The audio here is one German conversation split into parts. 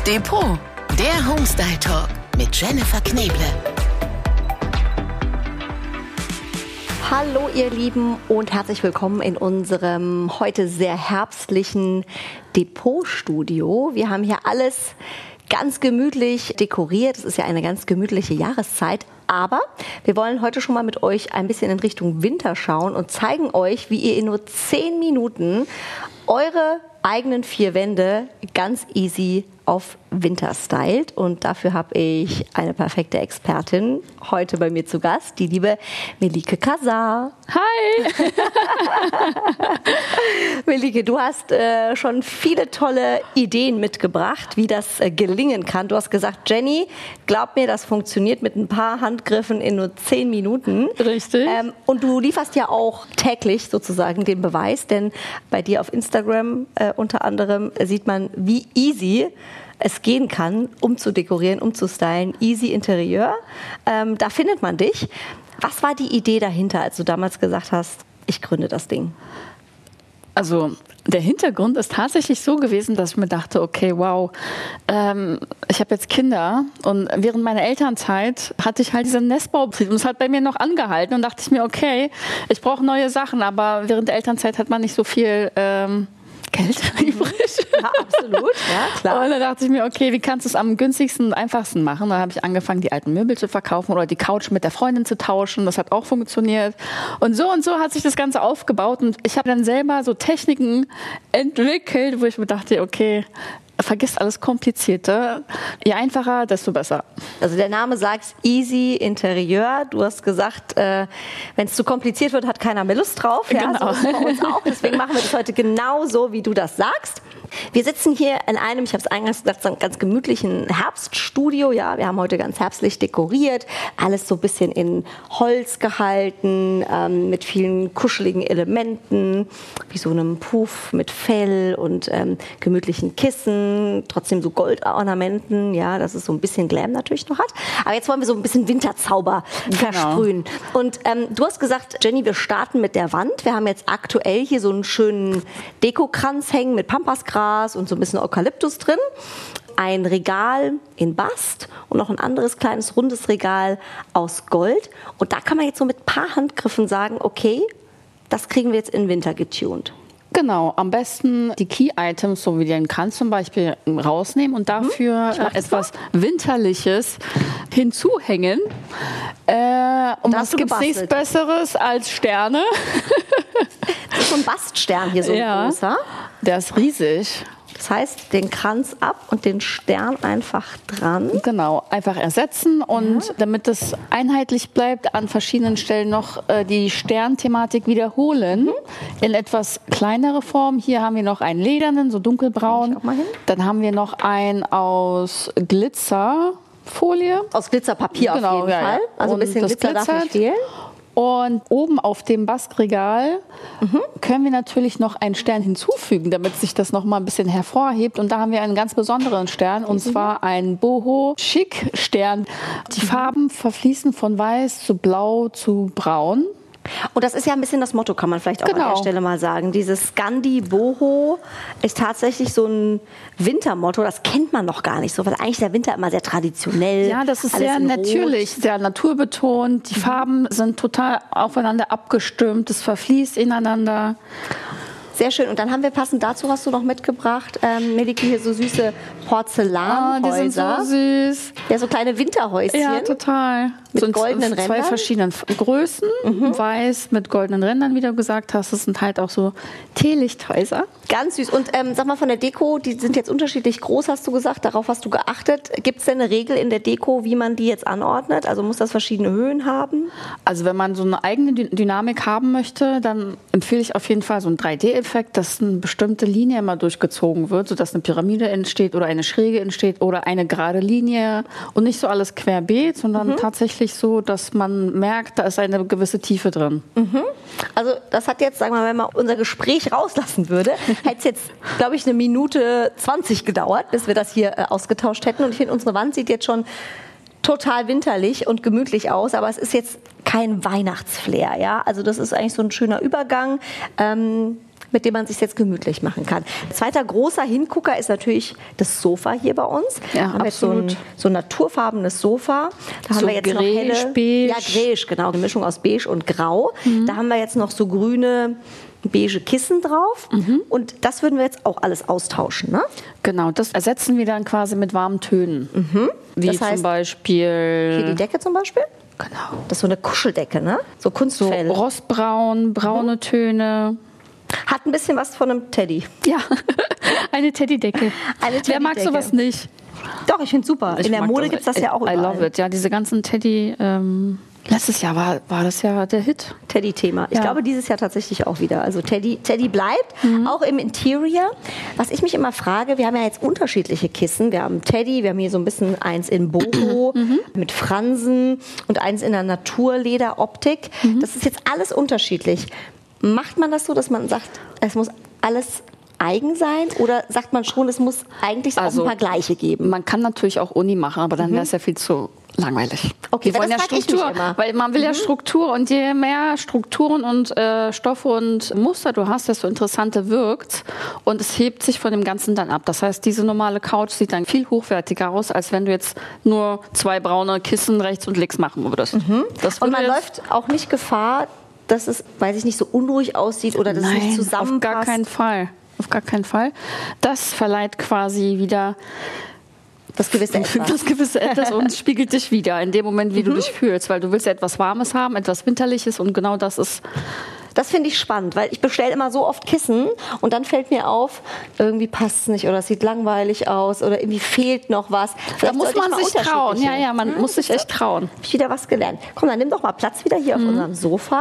Depot, der Homestyle Talk mit Jennifer Kneble. Hallo ihr Lieben und herzlich willkommen in unserem heute sehr herbstlichen Depotstudio. Wir haben hier alles ganz gemütlich dekoriert. Es ist ja eine ganz gemütliche Jahreszeit. Aber wir wollen heute schon mal mit euch ein bisschen in Richtung Winter schauen und zeigen euch, wie ihr in nur 10 Minuten eure eigenen 4 Wände ganz easy auf Winter stylt. Und dafür habe ich eine perfekte Expertin heute bei mir zu Gast, die liebe Melike Kazar. Hi! Melike, du hast schon viele tolle Ideen mitgebracht, wie das gelingen kann. Du hast gesagt, Jenny, glaub mir, das funktioniert mit ein paar Handgriffen in nur 10 Minuten. Richtig. Und du lieferst ja auch täglich sozusagen den Beweis, denn bei dir auf Instagram unter anderem sieht man, wie easy es gehen kann, umzudekorieren, umzustylen, easy Interieur. Da findet man dich. Was war die Idee dahinter, als du damals gesagt hast, ich gründe das Ding? Also der Hintergrund ist tatsächlich so gewesen, dass ich mir dachte, okay, wow, ich habe jetzt Kinder und während meiner Elternzeit hatte ich halt diesen Nestbaubetrieb und es hat bei mir noch angehalten und dachte ich mir, okay, ich brauche neue Sachen, aber während der Elternzeit hat man nicht so viel Geld übrig. Ja, absolut. Ja, klar. Und dann dachte ich mir, okay, wie kannst du es am günstigsten und einfachsten machen? Dann habe ich angefangen, die alten Möbel zu verkaufen oder die Couch mit der Freundin zu tauschen. Das hat auch funktioniert. Und so hat sich das Ganze aufgebaut. Und ich habe dann selber so Techniken entwickelt, wo ich mir dachte, okay, vergiss alles Komplizierte. Je einfacher, desto besser. Also der Name sagt Easy Interieur. Du hast gesagt, wenn es zu kompliziert wird, hat keiner mehr Lust drauf. Ja, genau. So ist es bei uns auch. Deswegen machen wir das heute genauso, wie du das sagst. Wir sitzen hier in einem, ich habe es eingangs gesagt, so einem ganz gemütlichen Herbststudio. Ja, wir haben heute ganz herbstlich dekoriert, alles so ein bisschen in Holz gehalten, mit vielen kuscheligen Elementen, wie so einem Puff mit Fell und gemütlichen Kissen, trotzdem so Goldornamenten, ja, dass es so ein bisschen Glam natürlich noch hat. Aber jetzt wollen wir so ein bisschen Winterzauber versprühen. Und du hast gesagt, Jenny, wir starten mit der Wand. Wir haben jetzt aktuell hier so einen schönen Dekokranz hängen mit Pampasgras und so ein bisschen Eukalyptus drin. Ein Regal in Bast und noch ein anderes kleines rundes Regal aus Gold. Und da kann man jetzt so mit ein paar Handgriffen sagen, okay, das kriegen wir jetzt in Winter getuned. Genau, am besten die Key-Items, so wie den Kranz zum Beispiel, rausnehmen und dafür etwas Winterliches hinzuhängen. Und was gibt es nichts Besseres als Sterne? Das ist so ein Baststern hier, so ein großer. Der ist riesig. Das heißt, den Kranz ab und den Stern einfach dran. Genau, einfach ersetzen und damit es einheitlich bleibt, an verschiedenen Stellen noch die Sternthematik wiederholen in etwas kleinere Form. Hier haben wir noch einen ledernen, so dunkelbraun. Dann haben wir noch einen aus Glitzerfolie. Aus Glitzerpapier auf jeden Fall. Also ein bisschen Glitzer darf nicht fehlen. Und oben auf dem Bastregal können wir natürlich noch einen Stern hinzufügen, damit sich das noch mal ein bisschen hervorhebt. Und da haben wir einen ganz besonderen Stern, und zwar einen Boho Chic Stern. Die Farben verfließen von weiß zu blau zu braun. Und das ist ja ein bisschen das Motto, kann man vielleicht auch an der Stelle mal sagen. Dieses Scandi Boho ist tatsächlich so ein Wintermotto, das kennt man noch gar nicht so, weil eigentlich ist der Winter immer sehr traditionell. Ja, das ist sehr natürlich, sehr naturbetont. Die Farben sind total aufeinander abgestimmt, es verfließt ineinander. Sehr schön. Und dann haben wir passend dazu, hast du noch mitgebracht, Melike, hier so süße Porzellanhäuser. Die sind so süß. Ja, so kleine Winterhäuschen. Ja, total. Mit so goldenen Rändern. Zwei verschiedenen Größen. Weiß mit goldenen Rändern, wie du gesagt hast. Das sind halt auch so Teelichthäuser. Ganz süß. Und sag mal, von der Deko, die sind jetzt unterschiedlich groß, hast du gesagt. Darauf hast du geachtet. Gibt es denn eine Regel in der Deko, wie man die jetzt anordnet? Also muss das verschiedene Höhen haben? Also wenn man so eine eigene Dynamik haben möchte, dann empfehle ich auf jeden Fall so einen 3D-Effekt, dass eine bestimmte Linie immer durchgezogen wird, sodass eine Pyramide entsteht oder eine Schräge entsteht oder eine gerade Linie und nicht so alles querbeet, sondern tatsächlich so, dass man merkt, da ist eine gewisse Tiefe drin. Also das hat jetzt, sagen wir mal, wenn man unser Gespräch rauslassen würde, hätte es jetzt, glaube ich, 1:20 gedauert, bis wir das hier ausgetauscht hätten. Und ich finde, unsere Wand sieht jetzt schon total winterlich und gemütlich aus, aber es ist jetzt kein Weihnachtsflair, ja. Also das ist eigentlich so ein schöner Übergang. mit dem man sich jetzt gemütlich machen kann. Zweiter großer Hingucker ist natürlich das Sofa hier bei uns. Ja, haben wir jetzt so ein naturfarbenes Sofa. Da haben wir jetzt noch helle, beige. Ja, beige, genau, eine Mischung aus beige und grau. Da haben wir jetzt noch so grüne, beige Kissen drauf. Und das würden wir jetzt auch alles austauschen, ne? Genau, das ersetzen wir dann quasi mit warmen Tönen. Wie Das heißt, zum Beispiel... Hier die Decke zum Beispiel. Genau. Das ist so eine Kuscheldecke, ne? So So Kunstfell. rostbraun, braune Töne. Hat ein bisschen was von einem Teddy. Ja, eine Teddydecke. Wer mag Teddydecke. sowas nicht? Doch, ich finde es super. In der mag Mode gibt es das ja auch überall. I love it. Ja, diese ganzen Teddy... letztes Jahr war das ja der Hit. Teddy-Thema. Ich Ja. glaube, dieses Jahr tatsächlich auch wieder. Also Teddy bleibt, auch im Interior. Was ich mich immer frage, wir haben ja jetzt unterschiedliche Kissen. Wir haben Teddy, wir haben hier so ein bisschen eins in Boho mit Fransen und eins in der Naturlederoptik. Das ist jetzt alles unterschiedlich. Macht man das so, dass man sagt, es muss alles eigen sein? Oder sagt man schon, es muss eigentlich auch Also, ein paar gleiche geben? Man kann natürlich auch Uni machen, aber dann wäre es ja viel zu langweilig. Okay, Wir wollen ja das frag ich Struktur, mich immer. weil man will ja Struktur und je mehr Strukturen und Stoffe und Muster du hast, desto interessanter wirkt und es hebt sich von dem Ganzen dann ab. Das heißt, diese normale Couch sieht dann viel hochwertiger aus, als wenn du jetzt nur 2 braune Kissen rechts und links machen würdest. Das Und man würde läuft auch nicht Gefahr, dass es, weiß ich nicht, so unruhig aussieht oder dass es nicht zusammenpasst. auf gar keinen Fall. Auf gar keinen Fall. Das verleiht quasi wieder Das gewisse Etwas. das gewisse Etwas und spiegelt dich wieder in dem Moment, wie du dich fühlst, weil du willst ja etwas Warmes haben, etwas Winterliches und genau das ist. Das finde ich spannend, weil ich bestelle immer so oft Kissen und dann fällt mir auf, irgendwie passt es nicht oder es sieht langweilig aus oder irgendwie fehlt noch was. Da Vielleicht muss sollte ich man mal sich trauen. Ja, ja, man muss sich echt trauen. Hab ich wieder was gelernt. Komm, dann nimm doch mal Platz wieder hier auf unserem Sofa.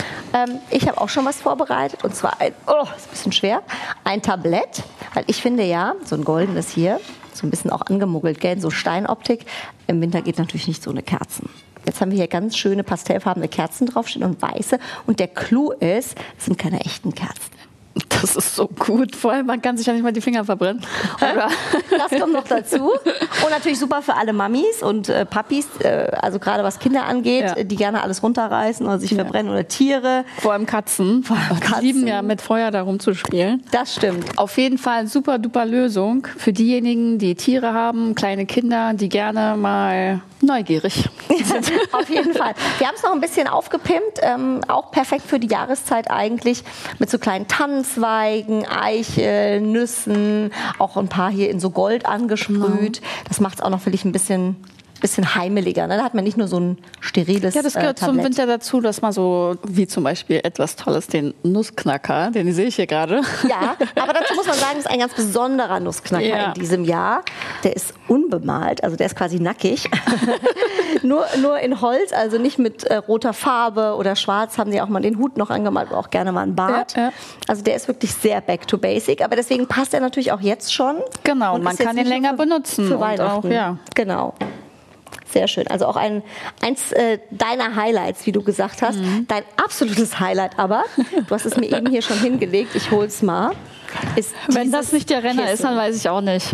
Ich habe auch schon was vorbereitet und zwar ist ein bisschen schwer, ein Tablett, weil ich finde ja, so ein goldenes hier, so ein bisschen auch angemuggelt, gell, so Steinoptik, im Winter geht natürlich nicht so eine Kerzen. Jetzt haben wir hier ganz schöne pastellfarbene Kerzen draufstehen und weiße und der Clou ist, es sind keine echten Kerzen. Das ist so gut. Vor allem, man kann sich ja nicht mal die Finger verbrennen. Oder? Das kommt noch dazu. Und natürlich super für alle Mamis und Papis, also gerade was Kinder angeht, Ja. die gerne alles runterreißen oder sich verbrennen oder Tiere. Vor allem Katzen. Die lieben ja mit Feuer da rumzuspielen. Das stimmt. Auf jeden Fall super duper Lösung für diejenigen, die Tiere haben, kleine Kinder, die gerne mal neugierig sind. Auf jeden Fall. Wir haben es noch ein bisschen aufgepimpt, auch perfekt für die Jahreszeit eigentlich, mit so kleinen Tannenzweigen, Eicheln, Nüssen, auch ein paar hier in so Gold angesprüht. Das macht es auch noch vielleicht ein bisschen heimeliger. Ne? Da hat man nicht nur so ein steriles Ja, das gehört zum Tablett. Winter dazu, dass man so, wie zum Beispiel etwas Tolles, den Nussknacker, den sehe ich hier gerade. Ja, aber dazu muss man sagen, das ist ein ganz besonderer Nussknacker Ja. in diesem Jahr. Der ist unbemalt, also der ist quasi nackig. nur in Holz, also nicht mit roter Farbe oder schwarz, haben die auch mal den Hut noch angemalt oder auch gerne mal einen Bart. Ja, ja. Also der ist wirklich sehr back to basic, aber deswegen passt er natürlich auch jetzt schon. Genau, Und man ist jetzt kann ihn nicht nur länger benutzen. Für und Weihnachten. auch, ja. Genau. Sehr schön. Also auch eins deiner Highlights, wie du gesagt hast. Dein absolutes Highlight aber, du hast es mir eben hier schon hingelegt, ich hol's mal, ist Wenn dieses das nicht der Renner ist, Kissen. dann weiß ich auch nicht.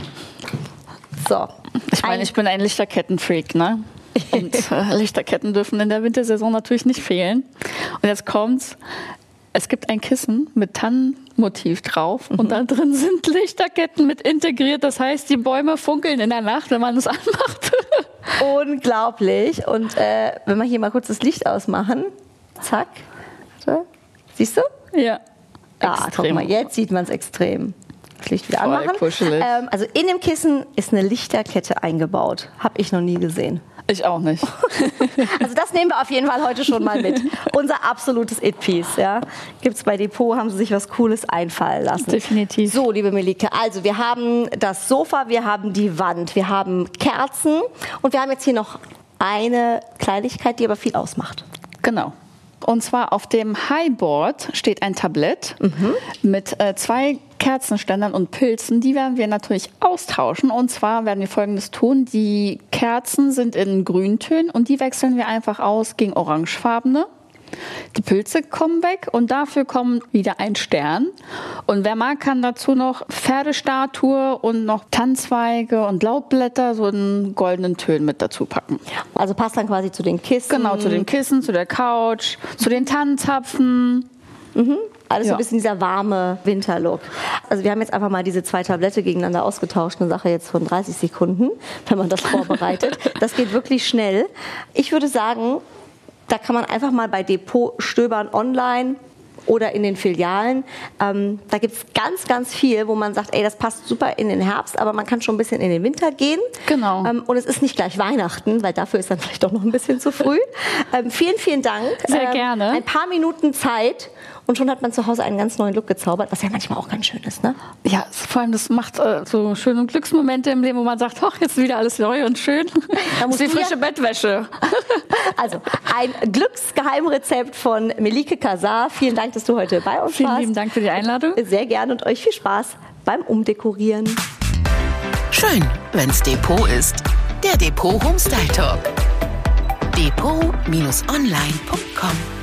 So. Ich meine, ich bin ein Lichterkettenfreak, ne? Und Lichterketten dürfen in der Wintersaison natürlich nicht fehlen. Und jetzt kommt's. Es gibt ein Kissen mit Tannenmotiv drauf und da drin sind Lichterketten mit integriert. Das heißt, die Bäume funkeln in der Nacht, wenn man es anmacht. Unglaublich. Und wenn wir hier mal kurz das Licht ausmachen. Zack. So. Siehst du? Ja. Ah, guck mal, jetzt sieht man es extrem. Das Licht wieder Voll anmachen. kuschelig. Also in dem Kissen ist eine Lichterkette eingebaut. Habe ich noch nie gesehen. Ich auch nicht. Also das nehmen wir auf jeden Fall heute schon mal mit. Unser absolutes It-Piece. Ja. Gibt es bei Depot, haben sie sich was Cooles einfallen lassen. Definitiv. So, liebe Melike, also wir haben das Sofa, wir haben die Wand, wir haben Kerzen und wir haben jetzt hier noch eine Kleinigkeit, die aber viel ausmacht. Genau. Und zwar auf dem Highboard steht ein Tablett mit 2 Kerzenständern und Pilzen. Die werden wir natürlich austauschen. Und zwar werden wir Folgendes tun. Die Kerzen sind in Grüntönen und die wechseln wir einfach aus gegen orangefarbene. Die Pilze kommen weg und dafür kommt wieder ein Stern. Und wer mag, kann dazu noch Pferdestatue und noch Tannenzweige und Laubblätter so in goldenen Tönen mit dazu packen. Also passt dann quasi zu den Kissen. Genau, zu den Kissen, zu der Couch, zu den Tannenzapfen. Alles so ein bisschen dieser warme Winterlook. Also wir haben jetzt einfach mal diese 2 Tablette gegeneinander ausgetauscht. Eine Sache jetzt von 30 Sekunden, wenn man das vorbereitet. Das geht wirklich schnell. Ich würde sagen, da kann man einfach mal bei Depot stöbern online oder in den Filialen. Da gibt es ganz, ganz viel, wo man sagt, ey, das passt super in den Herbst, aber man kann schon ein bisschen in den Winter gehen. Genau. Und es ist nicht gleich Weihnachten, weil dafür ist dann vielleicht doch noch ein bisschen zu früh. Vielen, vielen Dank. Sehr gerne. Ein paar Minuten Zeit und schon hat man zu Hause einen ganz neuen Look gezaubert, was ja manchmal auch ganz schön ist, ne? Ja, vor allem das macht so schöne Glücksmomente im Leben, wo man sagt, ach, jetzt wieder alles neu und schön. Da muss die frische Bettwäsche. Also ein Glücksgeheimrezept von Melike Kazar. Vielen Dank, dass du heute bei uns warst. Vielen lieben Dank für die Einladung. Sehr gerne und euch viel Spaß beim Umdekorieren. Schön, wenn's Depot ist. Der Depot Homestyle Talk. Depot-online.com